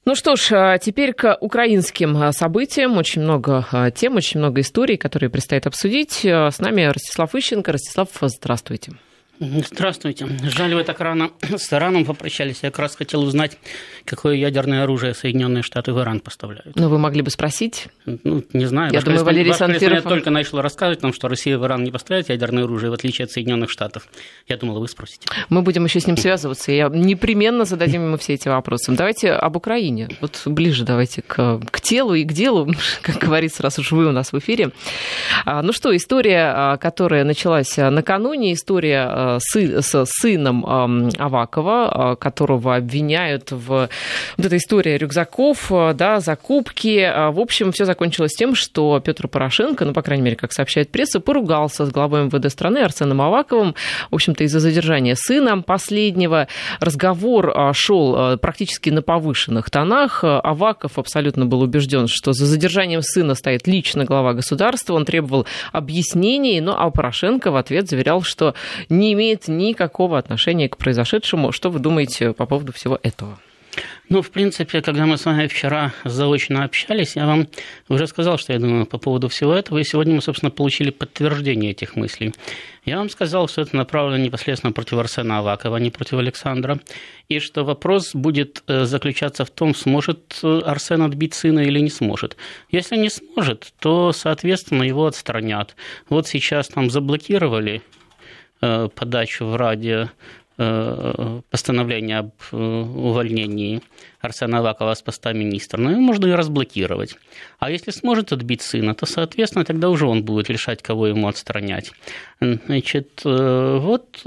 Ну что ж, теперь к украинским событиям. Очень много тем, очень много историй, которые предстоит обсудить. С нами Ростислав Ищенко. Ростислав, здравствуйте. Здравствуйте. Жаль, вы так рано с Ираном попрощались. Я как раз хотел узнать, какое ядерное оружие Соединенные Штаты в Иран поставляют. Ну, вы могли бы спросить. Ну, не знаю. Я думаю, Валерий Санфиров только начал рассказывать нам, что Россия в Иран не поставляет ядерное оружие, в отличие от Соединенных Штатов. Я думала, вы спросите. Мы будем еще с ним связываться, и непременно зададим ему все эти вопросы. Давайте об Украине. Вот ближе давайте к телу и к делу, как говорится, раз уж вы у нас в эфире. Ну что, история, которая началась накануне, история с сыном Авакова, которого обвиняют в вот этой истории рюкзаков, да, закупки. В общем, все закончилось тем, что Петр Порошенко, ну, по крайней мере, как сообщает пресса, поругался с главой МВД страны Арсеном Аваковым, в общем-то, из-за задержания сына последнего. Разговор шел практически на повышенных тонах. Аваков абсолютно был убежден, что за задержанием сына стоит лично глава государства. Он требовал объяснений, ну, а Порошенко в ответ заверял, что не имеет никакого отношения к произошедшему. Что вы думаете по поводу всего этого? Ну, в принципе, когда мы с вами вчера заочно общались, я вам уже сказал, что я думаю по поводу всего этого, и сегодня мы, собственно, получили подтверждение этих мыслей. Я вам сказал, что это направлено непосредственно против Арсена Авакова, а не против Александра, и что вопрос будет заключаться в том, сможет Арсен отбить сына или не сможет. Если не сможет, то, соответственно, его отстранят. Вот сейчас там заблокировали подачу в Раде постановление об увольнении Арсена Авакова с поста министра, но его можно и разблокировать. А если сможет отбить сына, то, соответственно, тогда уже он будет решать, кого ему отстранять. Значит, вот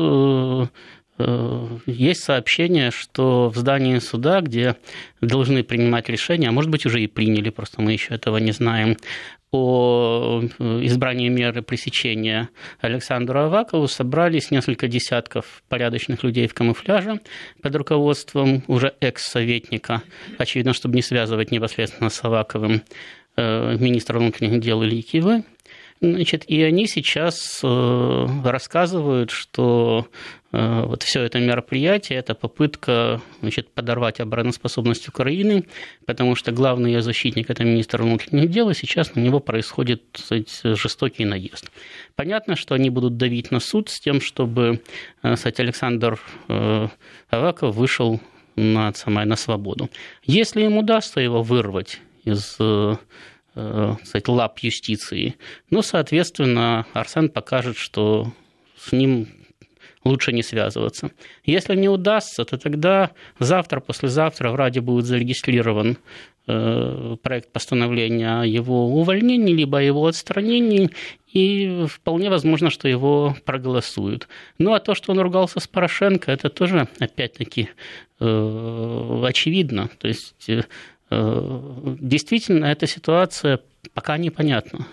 есть сообщение, что в здании суда, где должны принимать решения, а может быть, уже и приняли, просто мы еще этого не знаем, о избрании меры пресечения Александру Авакову, собрались несколько десятков порядочных людей в камуфляже под руководством уже экс-советника, очевидно, чтобы не связывать непосредственно с Аваковым, министра внутренних дел Ильи Кивы. Значит, и они сейчас рассказывают, что вот все это мероприятие – это попытка, значит, подорвать обороноспособность Украины, потому что главный ее защитник – это министр внутренних дел, и сейчас на него происходит, кстати, жестокий наезд. Понятно, что они будут давить на суд с тем, чтобы, кстати, Александр Аваков вышел на свободу. Если им удастся его вырвать из, кстати, лап юстиции, ну, соответственно, Арсен покажет, что с ним лучше не связываться. Если не удастся, то тогда завтра, послезавтра в Раде будет зарегистрирован проект постановления о его увольнении, либо о его отстранении, и вполне возможно, что его проголосуют. Ну, а то, что он ругался с Порошенко, это тоже, опять-таки, очевидно. То есть, действительно, эта ситуация пока непонятна.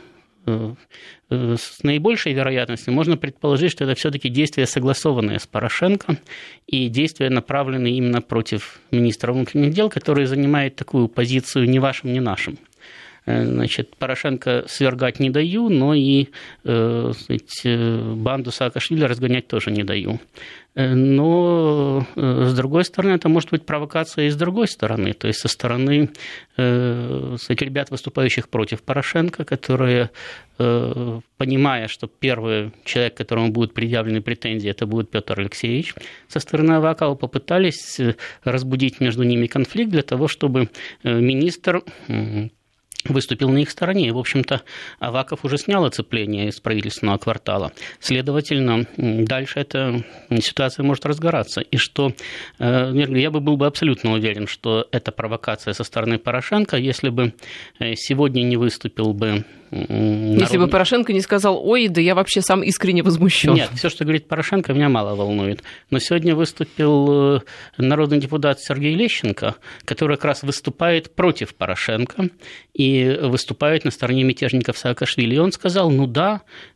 С наибольшей вероятностью можно предположить, что это все-таки действия, согласованные с Порошенко, и действия, направленные именно против министра внутренних дел, который занимает такую позицию «ни вашим, ни нашим». Значит, Порошенко свергать не даю, но и банду Саакашвили разгонять тоже не даю. Но, с другой стороны, это может быть провокация и с другой стороны, то есть со стороны ребят, выступающих против Порошенко, которые, понимая, что первый человек, которому будут предъявлены претензии, это будет Петр Алексеевич, со стороны Авакова попытались разбудить между ними конфликт для того, чтобы министр выступил на их стороне. И, в общем-то, Аваков уже снял оцепление из правительственного квартала. Следовательно, дальше эта ситуация может разгораться. И что я был бы абсолютно уверен, что это провокация со стороны Порошенко, если бы сегодня не выступил бы Если бы Порошенко не сказал: ой, да я вообще сам искренне возмущен. Нет, все, что говорит Порошенко, меня мало волнует. Но сегодня выступил народный депутат Сергей Лещенко, который как раз выступает против Порошенко и выступает на стороне мятежников Саакашвили. И он сказал: ну да,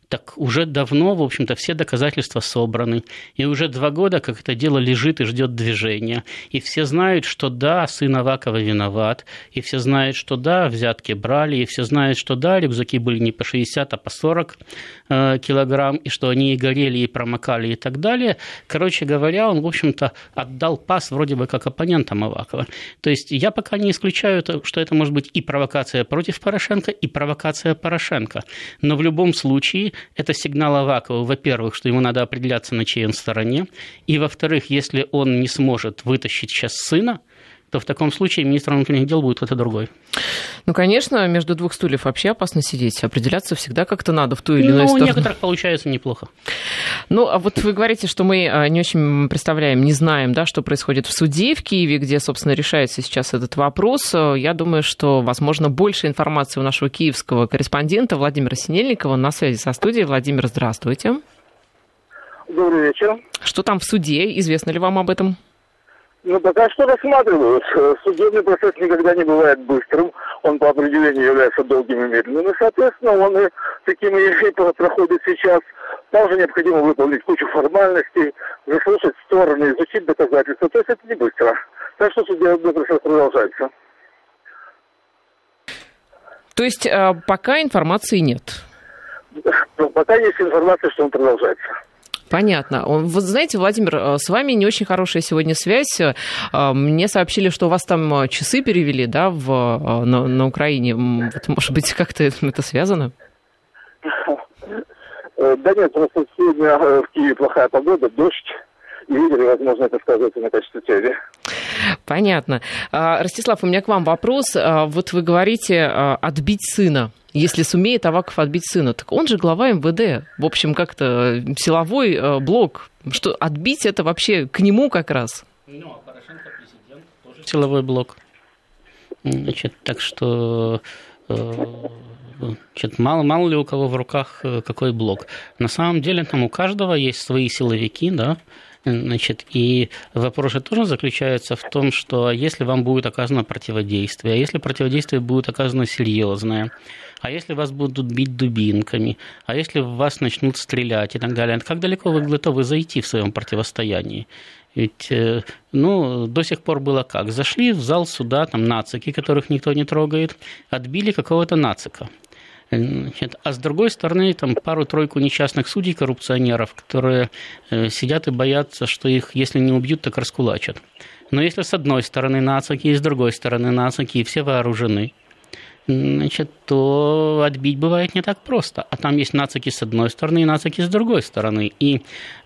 так уже давно, в общем-то, все доказательства собраны. И уже 2 года, как это дело лежит и ждет движения. И все знают, что да, сын Авакова виноват. И все знают, что да, взятки брали. И все знают, что да, рюкзаки были не по 60, а по 40 килограмм. И что они и горели, и промокали, и так далее. Короче говоря, он, в общем-то, отдал пас вроде бы как оппонентам Авакова. То есть я пока не исключаю, что это может быть и провокация против Порошенко, и провокация Порошенко. Но в любом случае это сигнал Авакову, во-первых, что ему надо определяться, на чьей он стороне, и, во-вторых, если он не сможет вытащить сейчас сына, то в таком случае министром внутренних дел будет кто-то другой. Ну, конечно, между 2 стульев вообще опасно сидеть. Определяться всегда как-то надо в ту или иную сторону. У некоторых получается неплохо. Ну, а вот вы говорите, что мы не очень представляем, не знаем, да, что происходит в суде в Киеве, где, собственно, решается сейчас этот вопрос. Я думаю, что, возможно, больше информации у нашего киевского корреспондента Владимира Синельникова на связи со студией. Владимир, здравствуйте. Добрый вечер. Что там в суде? Известно ли вам об этом? Ну, пока что рассматривают. Судебный процесс никогда не бывает быстрым. Он по определению является долгим и медленным. И, соответственно, он и таким и проходит сейчас. Там же необходимо выполнить кучу формальностей, заслушать стороны, изучить доказательства. То есть это не быстро. Так что судебный процесс продолжается. То есть пока информации нет? Пока есть информация, что он продолжается. Понятно. Вы знаете, Владимир, с вами не очень хорошая сегодня связь. Мне сообщили, что у вас там часы перевели, да, на Украине. Вот, может быть, как-то это связано? Да нет, просто сегодня в Киеве плохая погода, дождь. И видели, возможно, это сказывается на качестве связи. Понятно. Ростислав, у меня к вам вопрос. Вот вы говорите отбить сына. Если сумеет Аваков отбить сына, так он же глава МВД. В общем, как-то силовой блок. Что отбить это вообще к нему как раз? Ну, а Порошенко президент тоже силовой блок. Значит, так что мало ли у кого в руках какой блок. На самом деле там у каждого есть свои силовики, да. Значит, и вопрос же тоже заключается в том, что если вам будет оказано противодействие, а если противодействие будет оказано серьезное, а если вас будут бить дубинками, а если в вас начнут стрелять и так далее, как далеко вы готовы зайти в своем противостоянии? Ведь, до сих пор было как? Зашли в зал суда, там нацики, которых никто не трогает, отбили какого-то нацика. Значит, а с другой стороны, там пару-тройку несчастных судей-коррупционеров, которые сидят и боятся, что их, если не убьют, так раскулачат. Но если с одной стороны нацики и с другой стороны нацики, и все вооружены, значит, то отбить бывает не так просто. А там есть нацики с одной стороны и нацики с другой стороны. И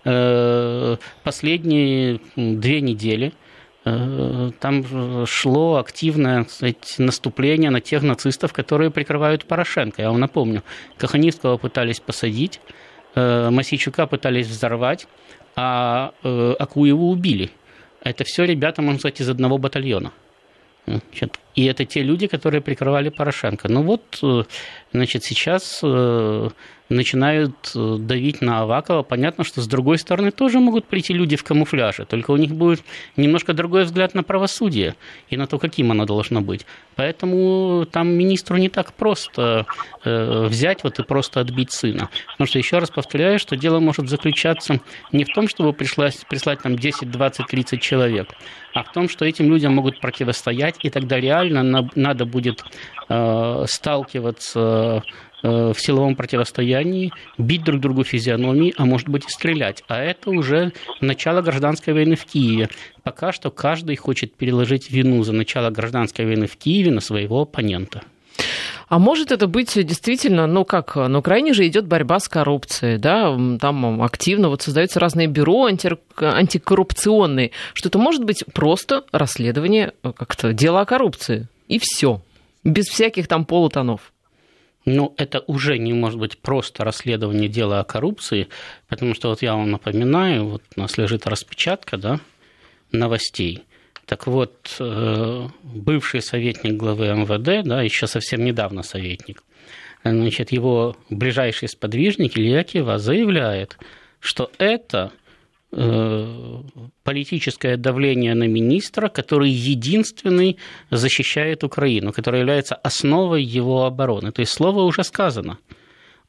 последние 2 недели там шло активное, кстати, наступление на тех нацистов, которые прикрывают Порошенко. Я вам напомню, Коханевского пытались посадить, Мосейчука пытались взорвать, а Акуеву убили. Это все ребята, можно сказать, из одного батальона. И это те люди, которые прикрывали Порошенко. Ну вот, значит, сейчас начинают давить на Авакова. Понятно, что с другой стороны тоже могут прийти люди в камуфляже, только у них будет немножко другой взгляд на правосудие и на то, каким оно должно быть. Поэтому там министру не так просто взять вот и просто отбить сына. Потому что, еще раз повторяю, что дело может заключаться не в том, чтобы прислать там 10, 20, 30 человек, а в том, что этим людям могут противостоять, и тогда реально надо будет сталкиваться в силовом противостоянии, бить друг другу физиономии, а может быть и стрелять. А это уже начало гражданской войны в Киеве. Пока что каждый хочет переложить вину за начало гражданской войны в Киеве на своего оппонента. А может это быть действительно, на Украине же идет борьба с коррупцией, да, там активно вот создаются разные бюро антикоррупционные, что это может быть просто расследование как-то дела о коррупции, и все, без всяких там полутонов. Ну, это уже не может быть просто расследование дела о коррупции, потому что вот я вам напоминаю, вот у нас лежит распечатка, да, новостей. Так вот, бывший советник главы МВД, да, еще совсем недавно советник, значит, его ближайший сподвижник Илья Кива заявляет, что это политическое давление на министра, который единственный защищает Украину, который является основой его обороны. То есть слово уже сказано.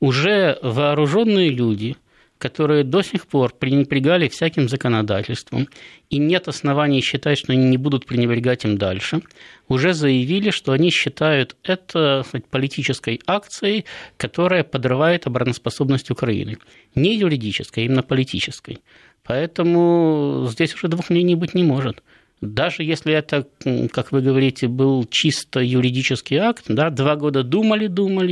уже вооруженные люди, которые до сих пор пренебрегали всяким законодательством, и нет оснований считать, что они не будут пренебрегать им дальше, уже заявили, что они считают это политической акцией, которая подрывает обороноспособность Украины. Не юридической, а именно политической. Поэтому здесь уже двух мнений быть не может. Даже если это, как вы говорите, был чисто юридический акт, да, 2 года думали,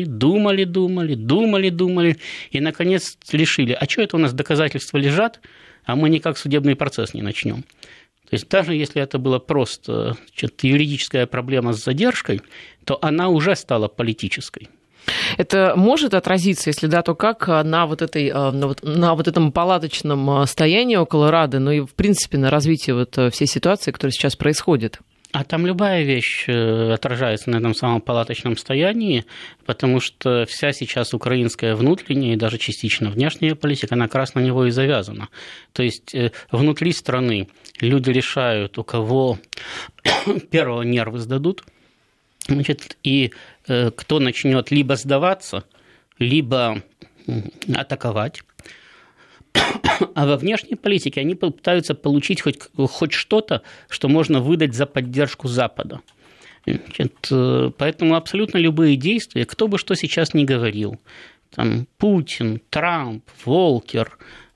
и, наконец, решили, а что это у нас доказательства лежат, а мы никак судебный процесс не начнем. То есть даже если это была просто юридическая проблема с задержкой, то она уже стала политической. Это может отразиться, если да, то как на вот этом палаточном стоянии около Рады, ну и, в принципе, на развитии вот всей ситуации, которая сейчас происходит? А там любая вещь отражается на этом самом палаточном стоянии, потому что вся сейчас украинская внутренняя и даже частично внешняя политика, она как раз на него и завязана. То есть внутри страны люди решают, у кого первого нервы сдадут, значит, и кто начнет либо сдаваться, либо атаковать. А во внешней политике они пытаются получить хоть что-то, что можно выдать за поддержку Запада. Значит, поэтому абсолютно любые действия, кто бы что сейчас ни говорил, там, Путин, Трамп, Волкер,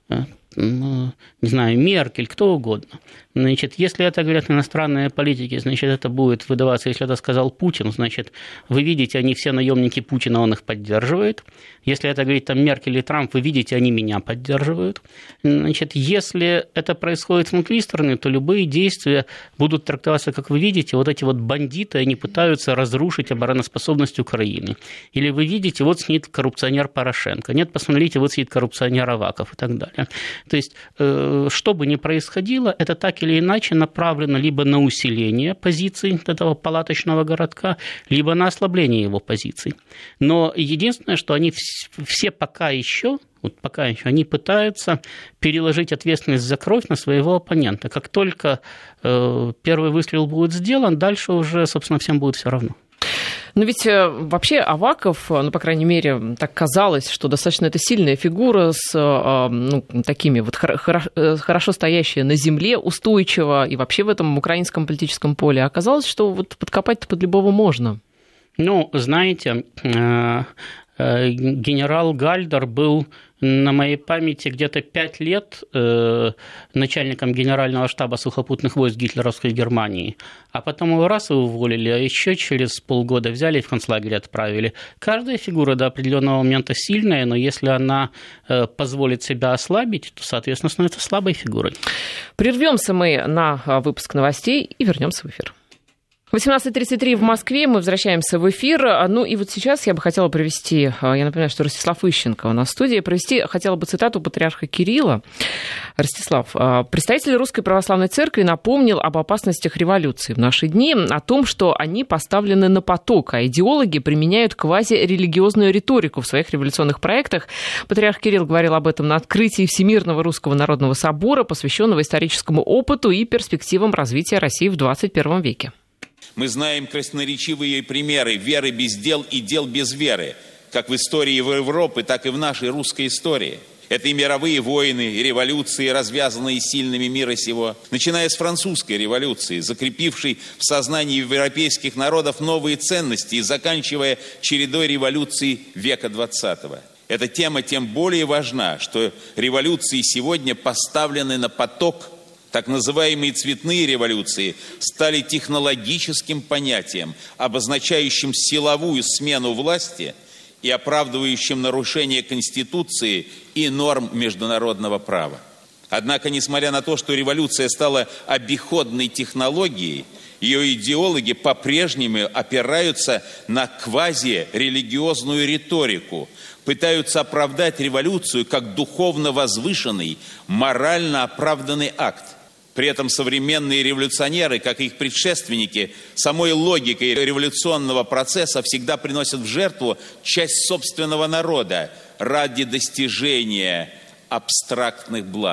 не знаю, Меркель, кто угодно. Значит, если это говорят иностранные политики, значит, это будет выдаваться, если это сказал Путин, значит, вы видите, они все наемники Путина, он их поддерживает. Если это говорит там Меркель и Трамп, вы видите, они меня поддерживают. Значит, если это происходит внутри страны, то любые действия будут трактоваться, как вы видите, вот эти вот бандиты, они пытаются разрушить обороноспособность Украины. Или вы видите, вот сидит коррупционер Порошенко. Нет, посмотрите, вот сидит коррупционер Аваков и так далее. То есть, что бы ни происходило, это так или иначе направлено либо на усиление позиций этого палаточного городка, либо на ослабление его позиций. Но единственное, что они все пока еще они пытаются переложить ответственность за кровь на своего оппонента. Как только первый выстрел будет сделан, дальше уже, собственно, всем будет все равно. Но ведь вообще Аваков, ну, по крайней мере, так казалось, что достаточно это сильная фигура с такими вот хорошо стоящая на земле, устойчиво и вообще в этом украинском политическом поле. Оказалось, что вот подкопать-то под любого можно. Ну, знаете, генерал Гальдер был на моей памяти где-то 5 лет начальником генерального штаба сухопутных войск гитлеровской Германии, а потом его раз и уволили, а еще через полгода взяли и в концлагерь отправили. Каждая фигура до определенного момента сильная, но если она позволит себя ослабить, то, соответственно, становится слабой фигурой. Прервемся мы на выпуск новостей и вернемся в эфир. 18:33 в Москве, мы возвращаемся в эфир. Ну и вот сейчас я бы хотела привести, я напоминаю, что Ростислав Ищенко у нас в студии, хотела бы цитату патриарха Кирилла. Ростислав, представитель Русской Православной Церкви напомнил об опасностях революции в наши дни, о том, что они поставлены на поток, а идеологи применяют квазирелигиозную риторику в своих революционных проектах. Патриарх Кирилл говорил об этом на открытии Всемирного Русского Народного Собора, посвященного историческому опыту и перспективам развития России в 21 веке. Мы знаем красноречивые примеры веры без дел и дел без веры, как в истории Европы, так и в нашей русской истории. Это и мировые войны, и революции, развязанные сильными мира сего, начиная с французской революции, закрепившей в сознании европейских народов новые ценности и заканчивая чередой революций века XX. Эта тема тем более важна, что революции сегодня поставлены на поток. Так называемые цветные революции стали технологическим понятием, обозначающим силовую смену власти и оправдывающим нарушение Конституции и норм международного права. Однако, несмотря на то, что революция стала обиходной технологией, ее идеологи по-прежнему опираются на квазирелигиозную риторику, пытаются оправдать революцию как духовно возвышенный, морально оправданный акт. При этом современные революционеры, как и их предшественники, самой логикой революционного процесса всегда приносят в жертву часть собственного народа ради достижения абстрактных благ.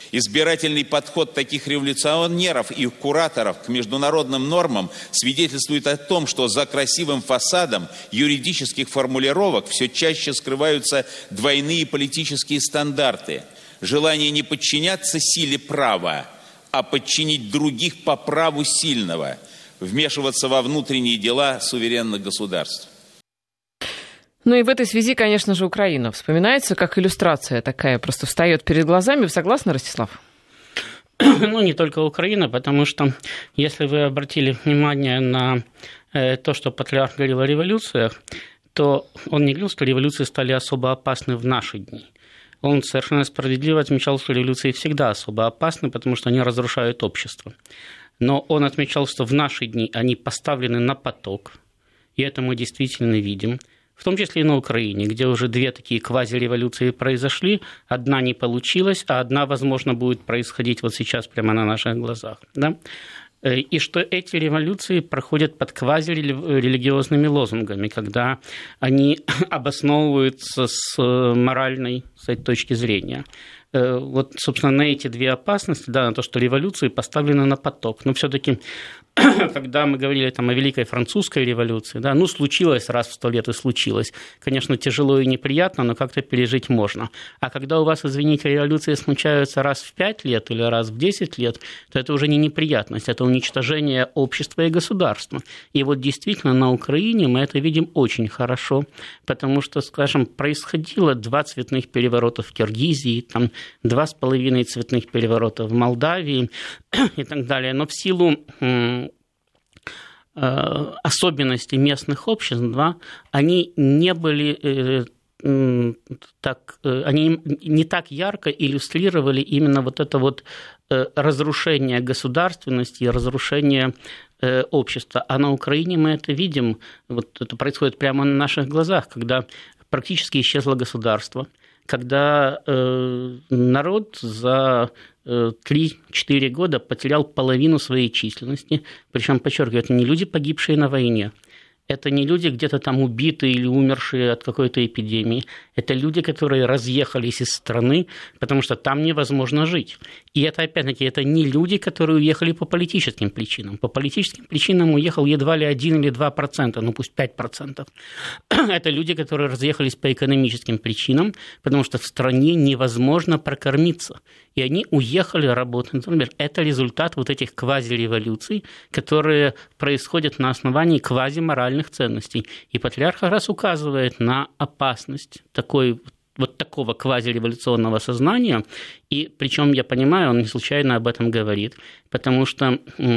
Избирательный подход таких революционеров и кураторов к международным нормам свидетельствует о том, что за красивым фасадом юридических формулировок все чаще скрываются двойные политические стандарты, желание не подчиняться силе права, а подчинить других по праву сильного, вмешиваться во внутренние дела суверенных государств. Ну и в этой связи, конечно же, Украина вспоминается как иллюстрация такая, просто встает перед глазами. Вы согласны, Ростислав? Ну, не только Украина, потому что, если вы обратили внимание на то, что патриарх говорил о революциях, то он не говорил, что революции стали особо опасны в наши дни. Он совершенно справедливо отмечал, что революции всегда особо опасны, потому что они разрушают общество. Но он отмечал, что в наши дни они поставлены на поток, и это мы действительно видим. В том числе и на Украине, где уже две такие квазиреволюции произошли. Одна не получилась, а одна, возможно, будет происходить вот сейчас прямо на наших глазах. Да? И что эти революции проходят под квазирелигиозными лозунгами, когда они обосновываются с моральной точки зрения. Вот, собственно, на эти две опасности, да, на то, что революции поставлены на поток. Но все-таки, когда мы говорили там о Великой Французской революции, да, ну, случилось раз в 100 лет и случилось. Конечно, тяжело и неприятно, но как-то пережить можно. А когда у вас, извините, революции случаются раз в 5 лет или раз в 10 лет, то это уже не неприятность, это уничтожение общества и государства. И вот действительно на Украине мы это видим очень хорошо, потому что, скажем, происходило 2 цветных переворота в Киргизии, там 2,5 цветных переворота в Молдавии и так далее. Но в силу особенностей местных обществ, да, они не были они не так ярко иллюстрировали именно вот это вот разрушение государственности и разрушение общества. А на Украине мы это видим, вот это происходит прямо на наших глазах, когда практически исчезло государство, когда народ за 3-4 года потерял половину своей численности. Причем, подчеркиваю, это не люди, погибшие на войне. Это не люди, где-то там убитые или умершие от какой-то эпидемии. Это люди, которые разъехались из страны, потому что там невозможно жить. И это, опять-таки, это не люди, которые уехали по политическим причинам. По политическим причинам уехал едва ли 1 или 2%, ну пусть 5%. Это люди, которые разъехались по экономическим причинам, потому что в стране невозможно прокормиться. И они уехали работать. Например, это результат вот этих квазиреволюций, которые происходят на основании квазиморальных ценностей. И патриарх как раз указывает на опасность вот такого квазиреволюционного сознания. И причем, я понимаю, он не случайно об этом говорит, потому что,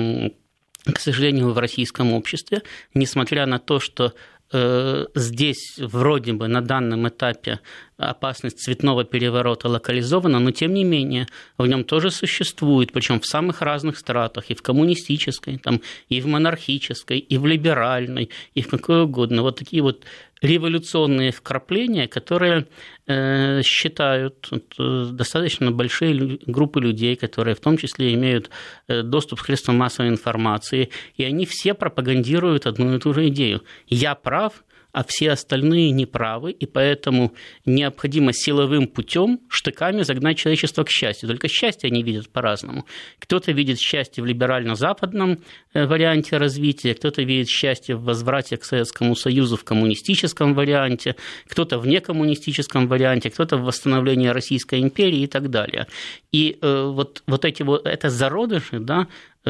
к сожалению, в российском обществе, несмотря на то, что здесь вроде бы на данном этапе опасность цветного переворота локализована, но тем не менее в нем тоже существует, причем в самых разных стратах, и в коммунистической, там, и в монархической, и в либеральной, и в какой угодно. Вот такие вот революционные вкрапления, которые считают достаточно большие группы людей, которые в том числе имеют доступ к средствам массовой информации, и они все пропагандируют одну и ту же идею. Я прав, а все остальные неправы, и поэтому необходимо силовым путем штыками загнать человечество к счастью. Только счастье они видят по-разному. Кто-то видит счастье в либерально-западном варианте развития, кто-то видит счастье в возврате к Советскому Союзу в коммунистическом варианте, кто-то в некоммунистическом варианте, кто-то в восстановлении Российской империи и так далее. И вот это зародыши, да,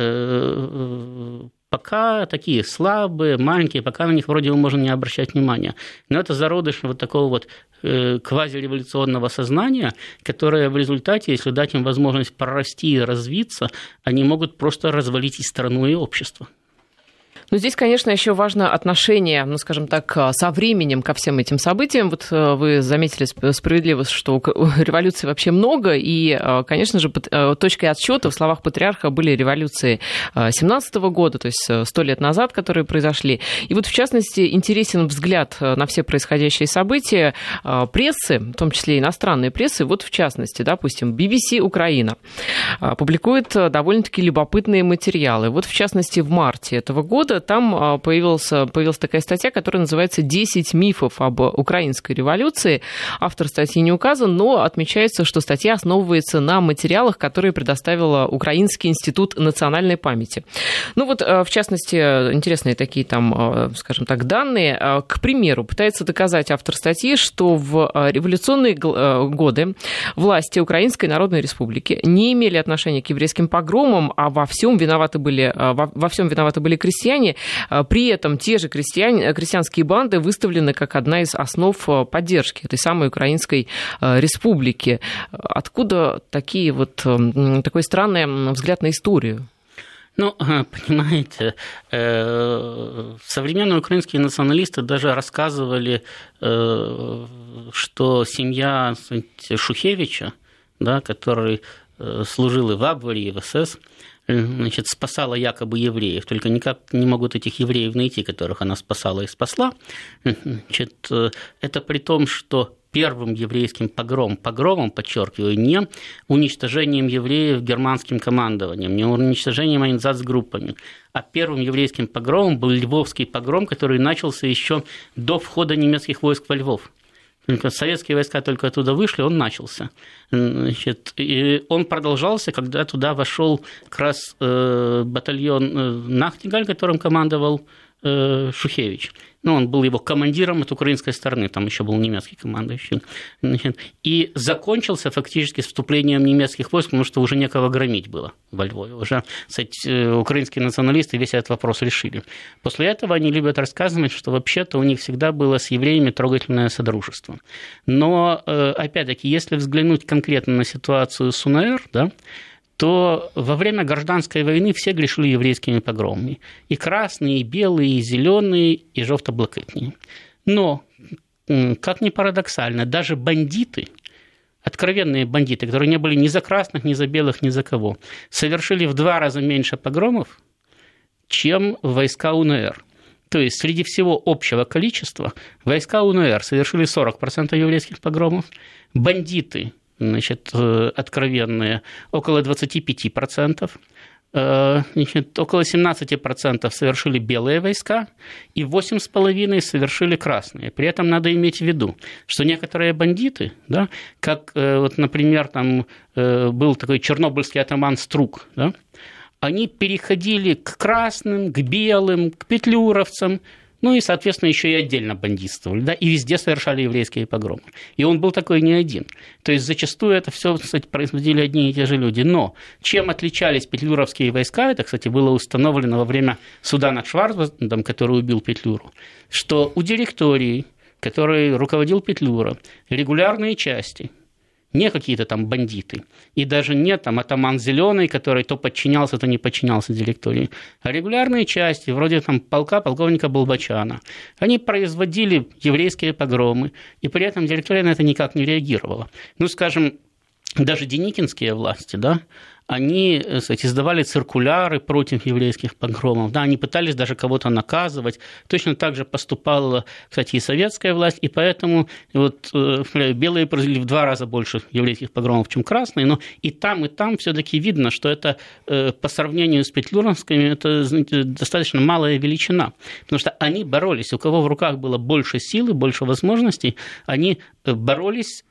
пока такие слабые, маленькие, пока на них вроде бы можно не обращать внимания. Но это зародыш вот такого вот квазиреволюционного сознания, которое в результате, если дать им возможность прорасти и развиться, они могут просто развалить и страну, и общество. Но здесь, конечно, еще важно отношение, ну, скажем так, со временем ко всем этим событиям. Вот вы заметили справедливо, что революций вообще много, и, конечно же, точкой отсчета в словах патриарха были революции 17 года, то есть 100 лет назад, которые произошли. И вот, в частности, интересен взгляд на все происходящие события прессы, в том числе иностранной прессы. Вот, в частности, допустим, BBC Украина публикует довольно-таки любопытные материалы. Вот, в частности, в марте этого года года там появилась такая статья, которая называется «10 мифов об украинской революции». Автор статьи не указан, но отмечается, что статья основывается на материалах, которые предоставила Украинский институт национальной памяти. Ну вот, в частности, интересные такие там, скажем так, данные. К примеру, пытается доказать автор статьи, что в революционные годы власти Украинской Народной Республики не имели отношения к еврейским погромам, а во всем виноваты были крестьяне. При этом те же крестьянские банды выставлены как одна из основ поддержки этой самой Украинской Республики. Откуда такой странный взгляд на историю? Ну, понимаете, современные украинские националисты даже рассказывали, что семья Шухевича, да, который служил и в Абвере, и в СС, значит, спасала якобы евреев, только никак не могут этих евреев найти, которых она спасала и спасла. Значит, это при том, что первым еврейским погромом, подчеркиваю, не уничтожением евреев германским командованием, не уничтожением айнзацгруппами, а первым еврейским погромом был Львовский погром, который начался еще до входа немецких войск во Львов. Советские войска только оттуда вышли, он начался. Значит, и он продолжался, когда туда вошел как раз батальон Нахтигаль, которым командовал Шухевич. Ну, он был его командиром от украинской стороны, там еще был немецкий командующий. Значит, и закончился фактически с вступлением немецких войск, потому что уже некого громить было во Львове. Уже, кстати, украинские националисты весь этот вопрос решили. После этого они любят рассказывать, что вообще-то у них всегда было с евреями трогательное содружество. Но, опять-таки, если взглянуть конкретно на ситуацию с УНР, да, то во время гражданской войны все грешили еврейскими погромами. И красные, и белые, и зеленые, и жовто-блакитные. Но, как ни парадоксально, даже бандиты, откровенные бандиты, которые не были ни за красных, ни за белых, ни за кого, совершили в 2 раза меньше погромов, чем войска УНР. То есть среди всего общего количества войска УНР совершили 40% еврейских погромов, бандиты, значит, откровенные, около 25%, значит, около 17% совершили белые войска, и 8,5% совершили красные. При этом надо иметь в виду, что некоторые бандиты, да, как, вот, например, там был такой чернобыльский атаман Струк, да, они переходили к красным, к белым, к петлюровцам, ну и, соответственно, еще и отдельно бандитствовали, да, и везде совершали еврейские погромы. И он был такой не один. То есть зачастую это все, кстати, производили одни и те же люди. Но чем отличались петлюровские войска, это, кстати, было установлено во время суда над Шварцвальдом, который убил Петлюру, что у директории, которой руководил Петлюра, регулярные части, не какие-то там бандиты, и даже не там атаман Зеленый, который то подчинялся, то не подчинялся директории, а регулярные части, вроде там полковника Болбочана, они производили еврейские погромы, и при этом директория на это никак не реагировала. Ну, скажем, даже деникинские власти, да, они, кстати, издавали циркуляры против еврейских погромов, да, они пытались даже кого-то наказывать. Точно так же поступала, кстати, и советская власть, и поэтому вот, белые произвели в 2 раза больше еврейских погромов, чем красные, но и там все-таки видно, что это по сравнению с петлюровскими это, знаете, достаточно малая величина, потому что они боролись, у кого в руках было больше силы, больше возможностей, они боролись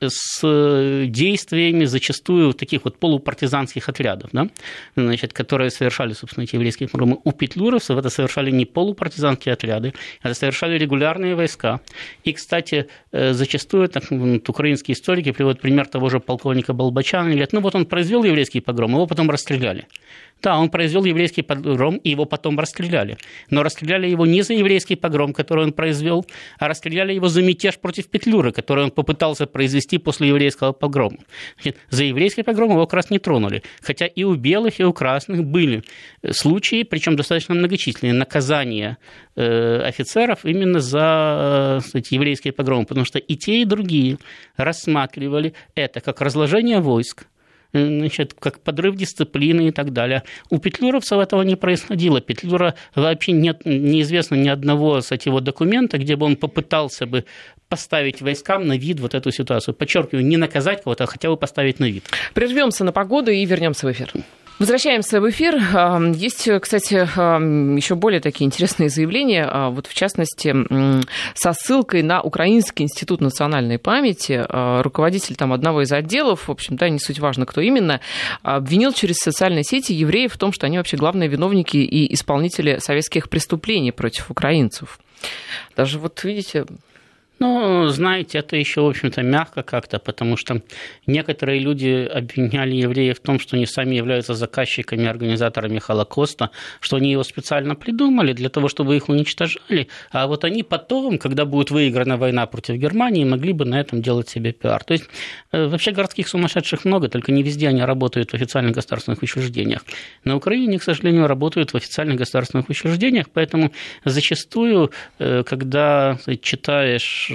с действиями зачастую таких вот полупартизанских отрядов, да, значит, которые совершали, собственно, эти еврейские погромы. У петлюровцев это совершали не полупартизанские отряды, это совершали регулярные войска. И, кстати, зачастую так, украинские историки приводят пример того же полковника Болбочана, и говорят, ну вот он произвел еврейский погром, его потом расстреляли. Да, он произвел еврейский погром, и его потом расстреляли. Но расстреляли его не за еврейский погром, который он произвел, а расстреляли его за мятеж против Петлюры, который он попытался произвести после еврейского погрома. За еврейский погром его как раз не тронули. Хотя и у белых, и у красных были случаи, причем достаточно многочисленные, наказания офицеров именно за, кстати, еврейские погромы, потому что и те, и другие рассматривали это как разложение войск, значит, как подрыв дисциплины и так далее. У петлюровцев этого не происходило. Петлюра вообще неизвестно ни одного, кстати, его документа, где бы он попытался бы поставить войскам на вид вот эту ситуацию. Подчеркиваю, не наказать кого-то, а хотя бы поставить на вид. Прервемся на погоду и вернемся в эфир. Возвращаемся в эфир. Есть, кстати, еще более такие интересные заявления, вот в частности, со ссылкой на Украинский институт национальной памяти. Руководитель там одного из отделов, в общем, да, не суть важно, кто именно, обвинил через социальные сети евреев в том, что они вообще главные виновники и исполнители советских преступлений против украинцев. Даже вот видите... Ну, знаете, это еще, в общем-то, мягко как-то, потому что некоторые люди обвиняли евреев в том, что они сами являются заказчиками, организаторами Холокоста, что они его специально придумали для того, чтобы их уничтожали, а вот они потом, когда будет выиграна война против Германии, могли бы на этом делать себе пиар. То есть, вообще городских сумасшедших много, только не везде они работают в официальных государственных учреждениях. На Украине, к сожалению, работают в официальных государственных учреждениях, поэтому зачастую, когда читаешь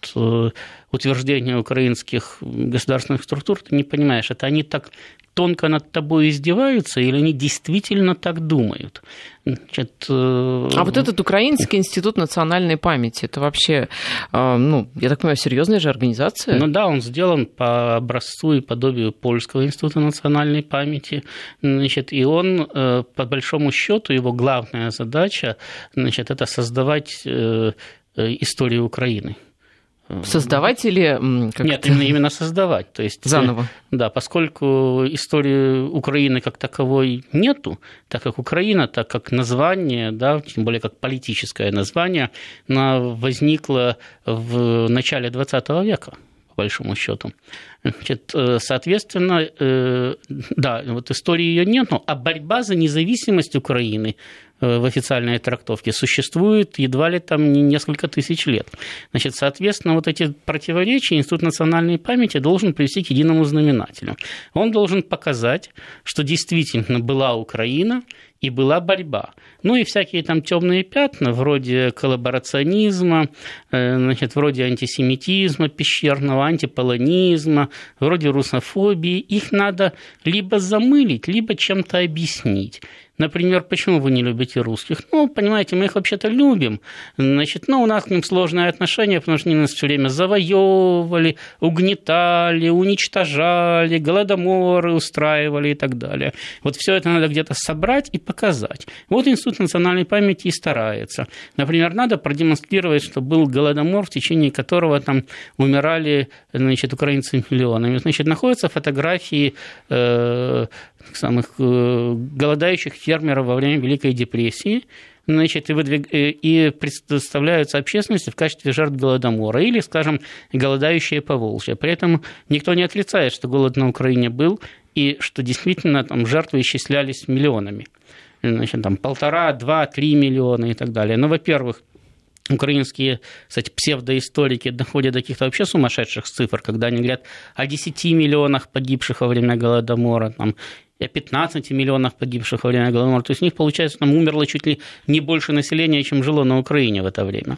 утверждения украинских государственных структур, ты не понимаешь, это они так тонко над тобой издеваются или они действительно так думают? Значит, А вот этот Украинский институт национальной памяти, это вообще, ну, я так понимаю, серьезная же организация? Ну да, он сделан по образцу и подобию Польского института национальной памяти, значит, и он, по большому счету, его главная задача, значит, это создавать историю Украины. Создавать или... Нет, именно создавать. То есть, заново. Да, поскольку истории Украины как таковой нету, так как Украина, так как название, да, тем более как политическое название, она возникла в начале XX века, по большому счету. Значит, соответственно, да, вот истории ее нет, а борьба за независимость Украины в официальной трактовке существует едва ли там несколько тысяч лет. Значит, соответственно, вот эти противоречия Институт национальной памяти должен привести к единому знаменателю. Он должен показать, что действительно была Украина и была борьба. Ну и всякие там темные пятна, вроде коллаборационизма, значит, вроде антисемитизма пещерного, антиполонизма, вроде русофобии, их надо либо замылить, либо чем-то объяснить. Например, почему вы не любите русских? Ну, понимаете, мы их вообще-то любим. Значит, ну, у нас к ним сложные отношения, потому что они нас все время завоевывали, угнетали, уничтожали, голодоморы устраивали и так далее. Вот все это надо где-то собрать и показать. Вот Институт национальной памяти и старается. Например, надо продемонстрировать, что был голодомор, в течение которого там умирали, значит, украинцы миллионами. Значит, находятся фотографии самых голодающих фермеров во время Великой депрессии, значит, и представляются общественности в качестве жертв голодомора или, скажем, голодающие Поволжье. При этом никто не отрицает, что голод на Украине был и что действительно там жертвы исчислялись миллионами. Значит, там 1,5, 2, 3 миллиона и так далее. Но, во-первых, украинские, кстати, псевдоисторики доходят до каких-то вообще сумасшедших цифр, когда они говорят о 10 миллионах погибших во время голодомора, там, о 15 миллионах погибших во время голодомора. То есть у них, получается, там умерло чуть ли не больше населения, чем жило на Украине в это время.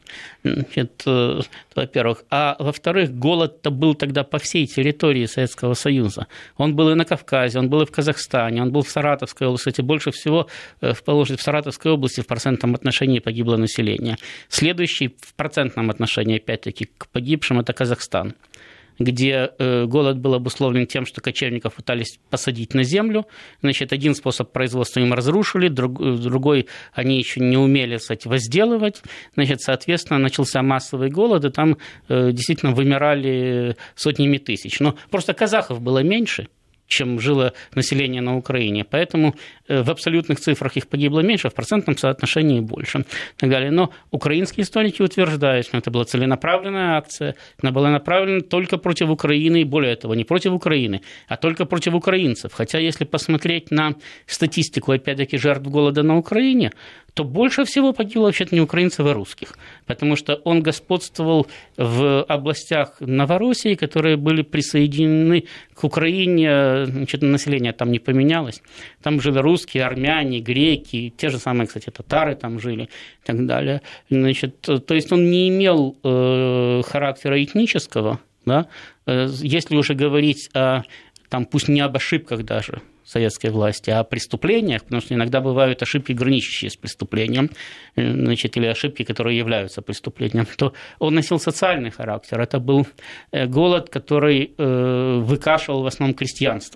Это, во-первых. А во-вторых, голод-то был тогда по всей территории Советского Союза. Он был и на Кавказе, он был и в Казахстане, он был в Саратовской области. Кстати, больше всего в Саратовской области в процентном отношении погибло население. Следующий в процентном отношении, опять-таки, к погибшим – это Казахстан, где голод был обусловлен тем, что кочевников пытались посадить на землю. Значит, один способ производства им разрушили, другой они еще не умели, кстати, возделывать. Значит, соответственно, начался массовый голод, и там действительно вымирали сотнями тысяч. Но просто казахов было меньше, чем жило население на Украине. Поэтому в абсолютных цифрах их погибло меньше, а в процентном соотношении больше. И так далее. Но украинские историки утверждают, что это была целенаправленная акция, она была направлена только против Украины, и более того, не против Украины, а только против украинцев. Хотя, если посмотреть на статистику, опять-таки, жертв голода на Украине, то больше всего погибло вообще-то не украинцев, а русских. Потому что он господствовал в областях Новороссии, которые были присоединены к Украине, значит, население там не поменялось. Там жили русские, армяне, греки, те же самые, кстати, татары там жили и так далее. Значит, то есть он не имел характера этнического, да? Если уже говорить о, там, пусть не об ошибках даже советской власти, а о преступлениях, потому что иногда бывают ошибки, граничащие с преступлением, значит, или ошибки, которые являются преступлением, то он носил социальный характер. Это был голод, который выкашивал в основном крестьянство.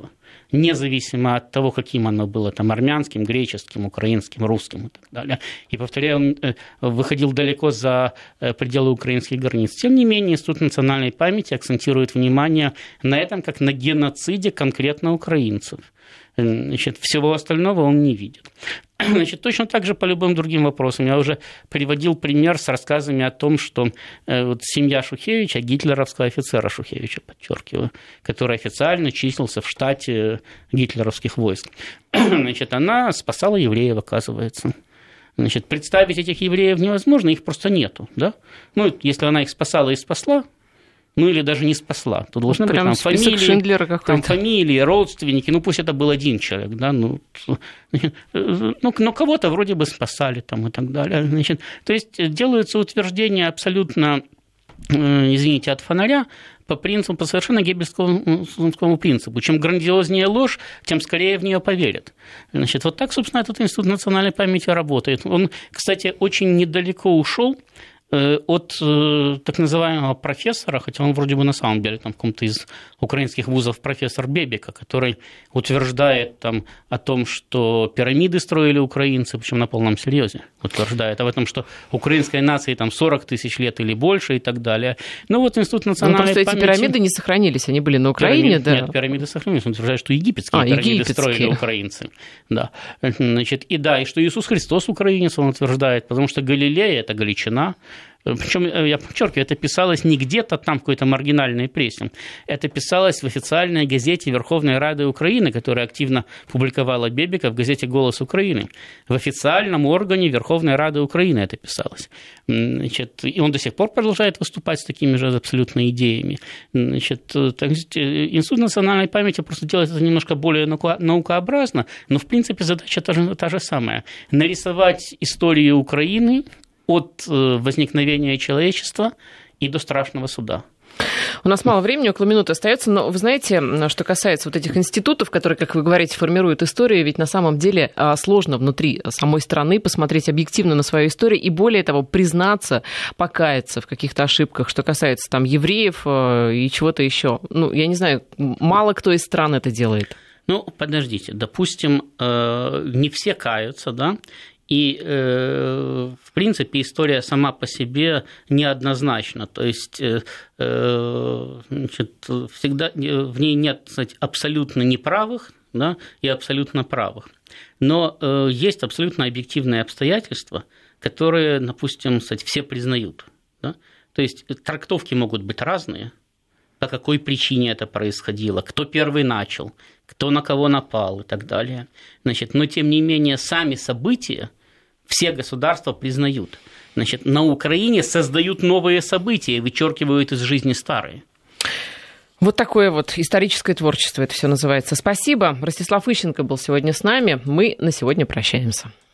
независимо от того, каким оно было, там, армянским, греческим, украинским, русским и так далее. И, повторяю, он выходил далеко за пределы украинских границ. Тем не менее, Институт национальной памяти акцентирует внимание на этом, как на геноциде конкретно украинцев. Значит, всего остального он не видит. Значит, точно так же по любым другим вопросам. Я уже приводил пример с рассказами о том, что вот семья Шухевича, гитлеровского офицера Шухевича, подчеркиваю, который официально числился в штате гитлеровских войск, значит, она спасала евреев, оказывается. Значит, представить этих евреев невозможно, их просто нету. Да? Ну, если она их спасала и спасла, ну или даже не спасла, то должны быть там фамилии, родственники, ну пусть это был один человек, да, но кого-то вроде бы спасали там и так далее. Значит, то есть делаются утверждения абсолютно, извините, от фонаря, по совершенно геббельскому принципу. Чем грандиознее ложь, тем скорее в нее поверят. Значит, вот так, собственно, этот Институт национальной памяти работает. Он, кстати, очень недалеко ушел от так называемого профессора, хотя он вроде бы на самом деле там в каком-то из украинских вузов профессор Бебека, который утверждает там о том, что пирамиды строили украинцы, причем на полном серьезе утверждает об этом, что украинской нации там 40 тысяч лет или больше и так далее. Ну вот Институт национальной памяти... эти пирамиды не сохранились, они были на Украине, да? Нет, пирамиды сохранились. Он утверждает, что египетские пирамиды строили украинцы. Да. Значит, и что Иисус Христос украинец, он утверждает, потому что Галилея – это Галичина. Причем, я подчеркиваю, это писалось не где-то там в какой-то маргинальной прессе. Это писалось в официальной газете Верховной Рады Украины, которая активно публиковала Бебека в газете «Голос Украины». В официальном органе Верховной Рады Украины это писалось. Значит, и он до сих пор продолжает выступать с такими же абсолютно идеями. Значит, Институт национальной памяти просто делает это немножко более наукообразно, но в принципе задача та же самая. Нарисовать историю Украины от возникновения человечества и до страшного суда. У нас мало времени, около минуты остается, но вы знаете, что касается вот этих институтов, которые, как вы говорите, формируют историю, ведь на самом деле сложно внутри самой страны посмотреть объективно на свою историю и, более того, признаться, покаяться в каких-то ошибках, что касается там евреев и чего-то еще. Ну, я не знаю, мало кто из стран это делает. Ну, подождите, допустим, не все каются, да? И, в принципе, история сама по себе неоднозначна. То есть, значит, всегда в ней нет, кстати, абсолютно неправых, да, и абсолютно правых. Но есть абсолютно объективные обстоятельства, которые, допустим, кстати, все признают. Да? То есть трактовки могут быть разные, по какой причине это происходило, кто первый начал, кто на кого напал и так далее. Значит, но, тем не менее, сами события все государства признают. Значит, на Украине создают новые события и вычеркивают из жизни старые. Вот такое вот историческое творчество это все называется. Спасибо. Ростислав Ищенко был сегодня с нами. Мы на сегодня прощаемся.